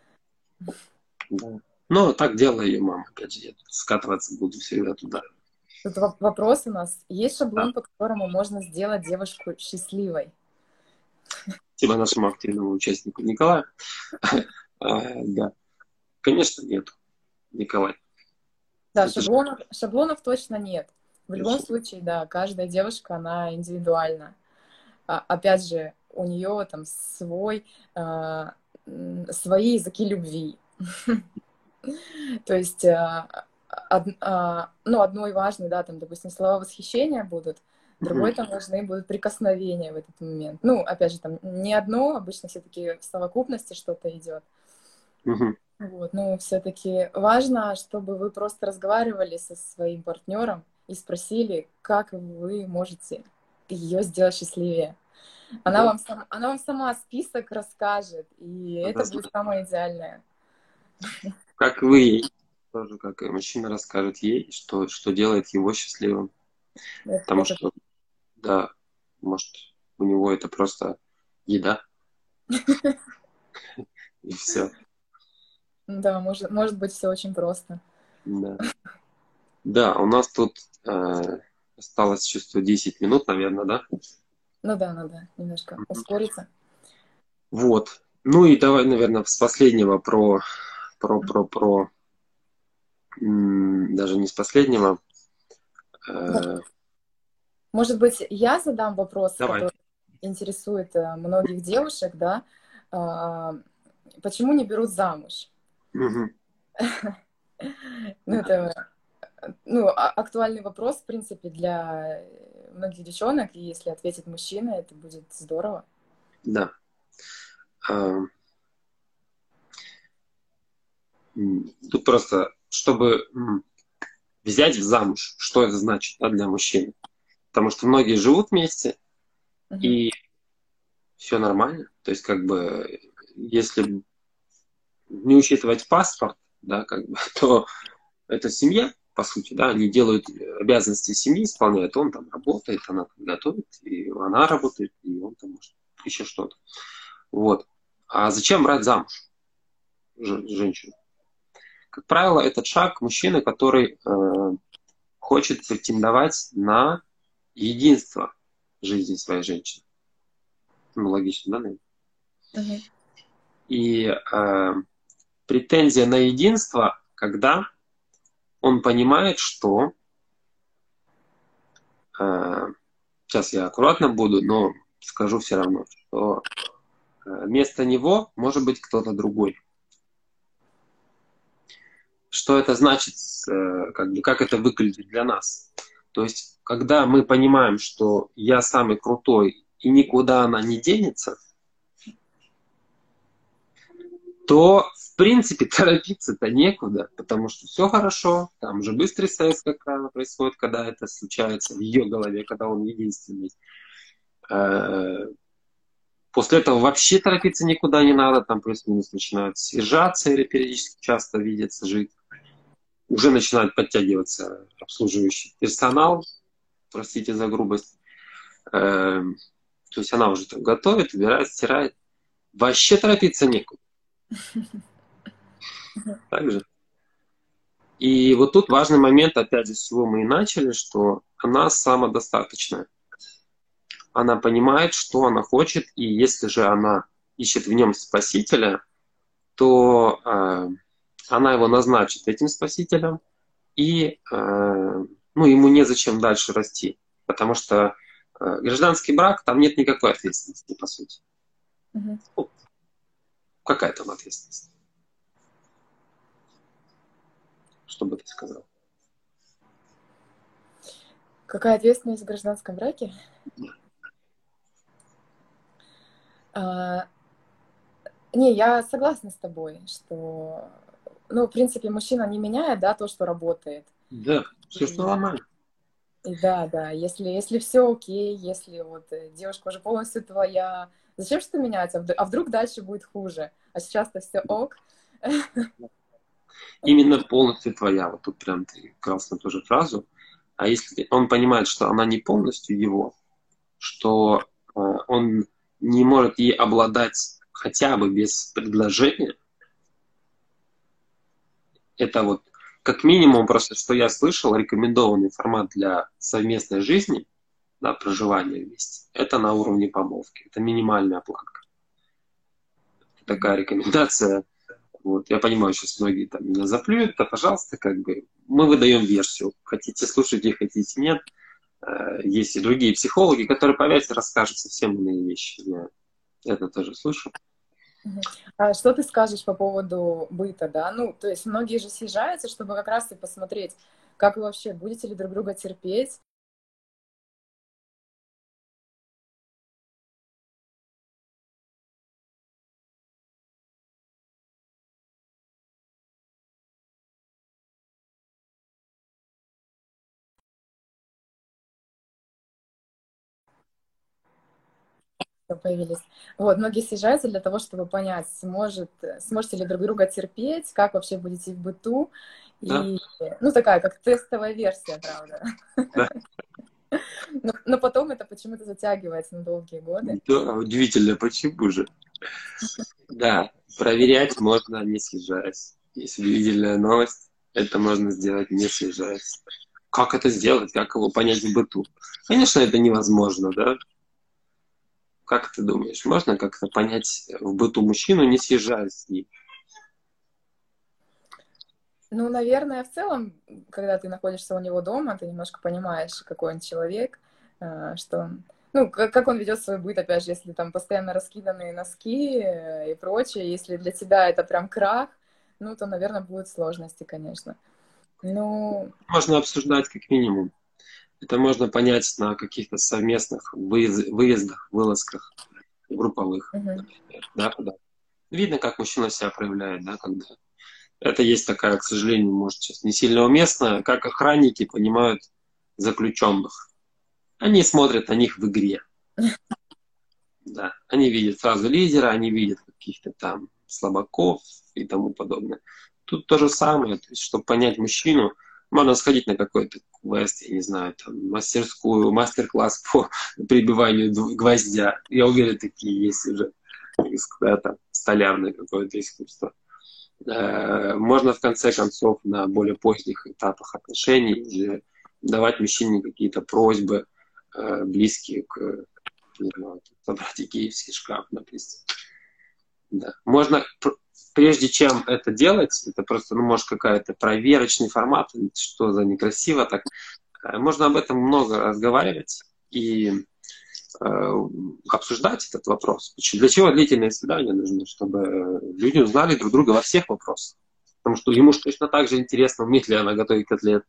Да. Ну, так делала ее мама, опять же, я скатываться буду всегда туда. Тут вопрос у нас. Есть шаблон, по которому можно сделать девушку счастливой? Спасибо нашему активному участнику Николаю. Да. Конечно, нет, Николай. Да, шаблонов точно нет. В любом случае, да, каждая девушка, она индивидуальна. Опять же, у нее там свои языки любви. То есть, одной важной, да, там, допустим, слова восхищения будут, другой там важны будут прикосновения в этот момент. Ну, опять же, там, не одно, обычно все-таки в совокупности что-то идет. Вот, но все-таки важно, чтобы вы просто разговаривали со своим партнером и спросили, как вы можете ее сделать счастливее. Она вам сама список расскажет, и это будет самое идеальное. Как вы ей, тоже как и мужчина расскажет ей, что делает его счастливым. Потому что, да, может, у него это просто еда. И все. Да, может быть, все очень просто. Да, у нас тут осталось, чувствую, 10 минут, наверное, да? Ну да, надо немножко ускориться. Вот. Ну и давай, наверное, с последнего даже не с последнего. Может быть, я задам вопрос, Давай. который интересует многих девушек, да? Почему не берут замуж? Угу. Ну, это актуальный вопрос, в принципе, для многих девчонок, и если ответит мужчина, это будет здорово. Да. Тут просто, чтобы взять в замуж, что это значит, да, для мужчины. Потому что многие живут вместе, и все нормально. То есть, как бы, если не учитывать паспорт, да, как бы, то это семья, по сути, да, они делают обязанности семьи, исполняют, он там работает, она там готовит, и она работает, и он там может еще что-то. Вот. А зачем брать замуж женщину? Как правило, этот шаг мужчины, который хочет претендовать на единство жизни своей женщины. Ну, логично, да, наверное? И претензия на единство, когда он понимает, что сейчас я аккуратно буду, но скажу все равно, что вместо него может быть кто-то другой. Что это значит, как это выглядит для нас? То есть, когда мы понимаем, что я самый крутой и никуда она не денется, то, в принципе, торопиться-то некуда, потому что все хорошо, там же быстрый секс, как правило, происходит, когда это случается в ее голове, когда он единственный. После этого вообще торопиться никуда не надо, там плюс-минус начинают съезжаться или периодически часто видеться, жить. Уже начинает подтягиваться обслуживающий персонал, простите за грубость. То есть она уже там готовит, убирает, стирает. Вообще торопиться некуда. Так же. И вот тут важный момент, опять же, с чего мы и начали, что она самодостаточная. Она понимает, что она хочет, и если же она ищет в нем спасителя, то она его назначит этим спасителем, и ну, ему незачем дальше расти. Потому что гражданский брак, там нет никакой ответственности, по сути. Мгм. Ну, какая там ответственность? Что бы ты сказал? Какая ответственность в гражданском браке? А, Не, я согласна с тобой, что, ну, в принципе, мужчина не меняет, да, то, что работает. Да, все что И, нормально. и да, да, если все окей, если вот девушка уже полностью твоя, зачем что-то менять? А вдруг дальше будет хуже? А сейчас-то все ок. Именно полностью твоя. Вот тут прям ты классно тоже фразу. А если он понимает, что она не полностью его, что он не может ей обладать хотя бы без предложения, это вот как минимум просто, что я слышал, рекомендованный формат для совместной жизни, да, проживания вместе, это на уровне помолвки. Это минимальная планка. Такая рекомендация. Вот. Я понимаю, сейчас многие там меня заплюют, да, пожалуйста, как бы мы выдаем версию. Хотите слушайте, хотите нет. Есть и другие психологи, которые, поверьте, расскажут совсем иные вещи. Я это тоже слышу. А что ты скажешь по поводу быта, да? Ну, то есть многие же съезжаются, чтобы как раз и посмотреть, как вы вообще будете ли друг друга терпеть. Появились. Вот, многие съезжаются для того, чтобы понять, сможете ли друг друга терпеть, как вообще будете в быту. Да, И, ну, такая, как тестовая версия, правда. да. Но потом это почему-то затягивается на долгие годы. Да, удивительно, почему же? Да, проверять можно, не съезжаясь. Есть удивительная новость. Это можно сделать, не съезжаясь. Как это сделать? Как его понять в быту? Конечно, это невозможно, да? Как ты думаешь, можно как-то понять в быту мужчину, не съезжаясь с ним? Ну, наверное, в целом, когда ты находишься у него дома, ты немножко понимаешь, какой он человек, что он, ну, как он ведет свой быт, опять же, если там постоянно раскиданные носки и прочее, если для тебя это прям крах, ну, то, наверное, будут сложности, конечно. Ну, Можно обсуждать как минимум. Это можно понять на каких-то совместных выездах, вылазках групповых, мгм. например, да, куда видно, как мужчина себя проявляет, да, когда это есть такая, к сожалению, может, сейчас не сильно уместно, как охранники понимают заключенных. Они смотрят на них в игре. Да. Они видят сразу лидера, они видят каких-то там слабаков и тому подобное. Тут то же самое, то есть, чтобы понять мужчину, можно сходить на какой-то квест, я не знаю, там, мастерскую, мастер-класс по прибиванию гвоздя. Я уверен, такие есть уже. Да, там, столярное какое-то искусство. Можно в конце концов на более поздних этапах отношений уже давать мужчине какие-то просьбы, близкие к, не знаю, собрать киевский шкаф, допустим. Да. Можно, прежде чем это делать, это просто, ну, может, какая-то проверочный формат, что за некрасиво так, можно об этом много разговаривать и обсуждать этот вопрос. Для чего длительные свидания нужны? Чтобы люди узнали друг друга во всех вопросах. Потому что ему же точно так же интересно, умеет ли она готовить котлет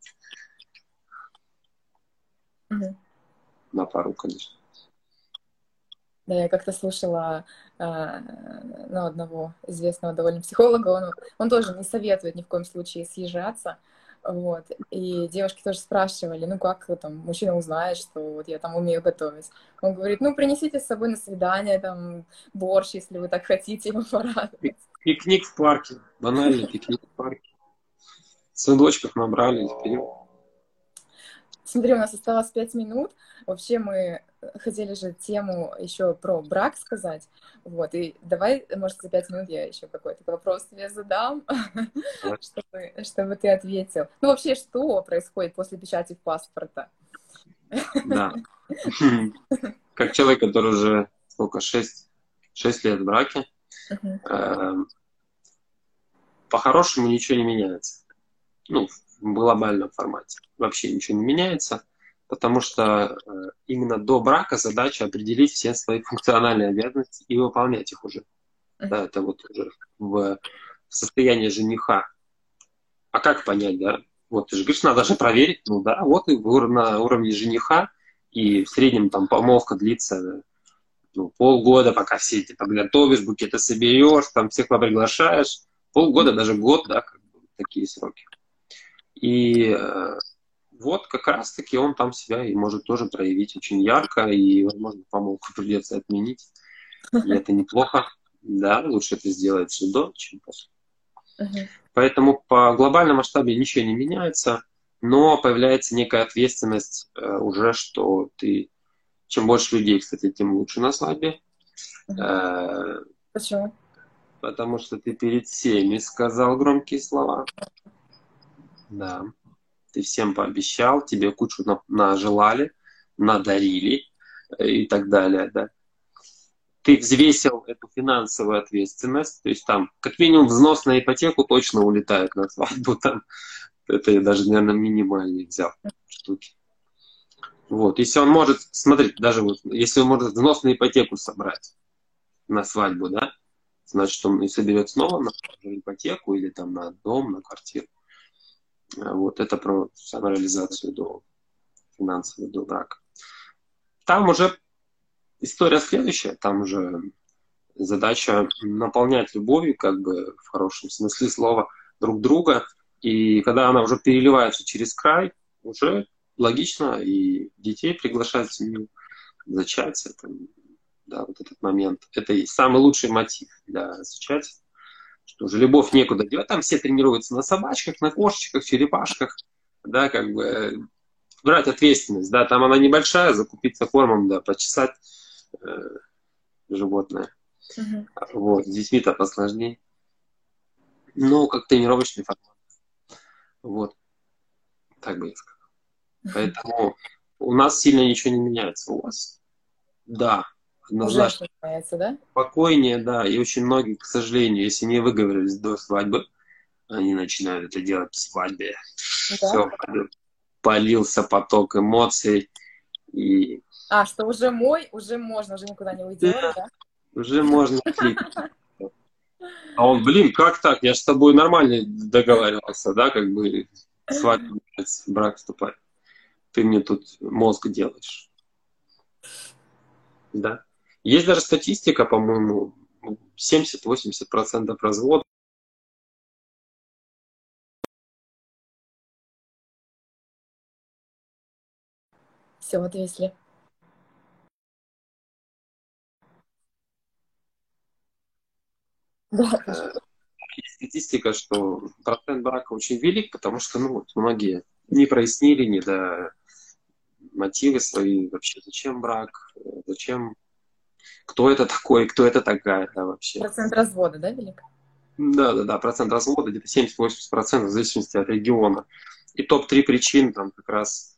Мгм. на пару, конечно. Да, я как-то слушала ну, одного известного довольно психолога, он тоже не советует ни в коем случае съезжаться, вот, и девушки тоже спрашивали, ну, как там мужчина узнает, что вот я там умею готовить. Он говорит, ну, принесите с собой на свидание там борщ, если вы так хотите его порадовать. Пикник в парке. Банальный пикник в парке. Сэндвичков набрали и вперед. Смотри, у нас осталось 5 минут, вообще мы хотели же тему еще про брак сказать. Вот, и давай, может, за 5 минут я еще какой-то вопрос тебе задам, чтобы ты ответил. Ну, вообще, что происходит после печати паспорта? Да. Как человек, который уже сколько, 6 лет в браке, по-хорошему ничего не меняется. Ну, в глобальном формате. Вообще ничего не меняется, потому что именно до брака задача определить все свои функциональные обязанности и выполнять их уже. Да, это вот уже в состоянии жениха. А как понять, да? Вот ты же говоришь, надо же проверить. Ну да, вот и на уровне жениха, и в среднем там помолвка длится полгода, пока все эти подготовишь, букеты соберешь, там всех приглашаешь. Полгода, даже год, да, как бы, такие сроки. И вот как раз-таки он там себя и может тоже проявить очень ярко, и, возможно, помолвку придется отменить. И это неплохо. Да, лучше это сделать же до, чем после. Поэтому по глобальному масштабе ничего не меняется, но появляется некая ответственность уже, что ты... Чем больше людей, кстати, тем лучше на свадьбе. Почему? Потому что ты перед всеми сказал громкие слова. Да. Ты всем пообещал, тебе кучу нажелали, надарили и так далее, да. Ты взвесил эту финансовую ответственность, то есть там как минимум взнос на ипотеку точно улетает на свадьбу, там, это я даже, наверное, минимальный взял штуки. Вот, если он может, смотрите, даже вот, если он может взнос на ипотеку собрать на свадьбу, да, значит, он и соберет снова на ипотеку или там на дом, на квартиру. Вот это про самореализацию до финансового, до брака. Там уже история следующая, там уже задача наполнять любовью, как бы в хорошем смысле слова, друг друга. И когда она уже переливается через край, уже логично и детей приглашать в семью, зачатие, там, да, вот этот момент. Это и самый лучший мотив для зачатия, что уже любовь некуда девать. Там все тренируются на собачках, на кошечках, черепашках, да, как бы брать ответственность, да, там она небольшая, закупиться кормом, да, почесать животное. Вот, с детьми-то посложнее. Но как тренировочный формат. Вот, так бы я сказал. Поэтому у нас сильно ничего не меняется. У вас, да, однозначно. Уже меняется, да? Спокойнее, да, и очень многие, к сожалению, если не выговорились до свадьбы, они начинают это делать в свадьбе. Да? Все, полился поток эмоций. И... что уже уже можно, уже никуда не уйдет, да? Уже можно кликать. А он, блин, как так? Я же с тобой нормально договаривался, да, как бы свадьбу, брак вступать. Ты мне тут мозг делаешь. Да. Есть даже статистика, по-моему, 70-80% разводов. Все, отвесли. Да. Есть статистика, что процент брака очень велик, потому что многие не прояснили, не до мотивы свои, вообще зачем брак, зачем, кто это такой, кто это такая, да, вообще. Процент развода, да, велик? Да, процент развода где-то 70-80% в зависимости от региона. И топ-3 причин там как раз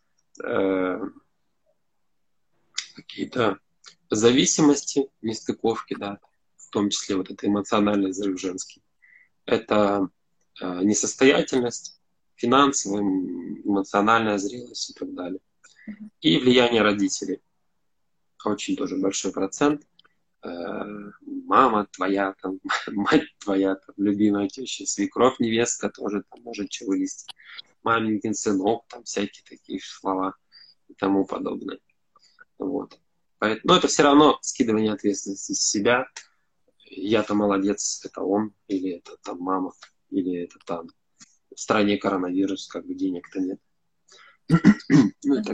какие-то зависимости, нестыковки, да, в том числе вот это эмоциональный взрыв женский. Это несостоятельность, финансовая, эмоциональная зрелость и так далее. И влияние родителей. Очень тоже большой процент. Мама твоя, там, мать твоя, там, любимая теща, свекровь, невестка тоже там может что вылезти. Маменькин сынок, там всякие такие слова и тому подобное. Вот. Но это все равно скидывание ответственности с себя. Я-то молодец, это он, или это там мама, или это там в стране коронавирус, как бы денег-то нет.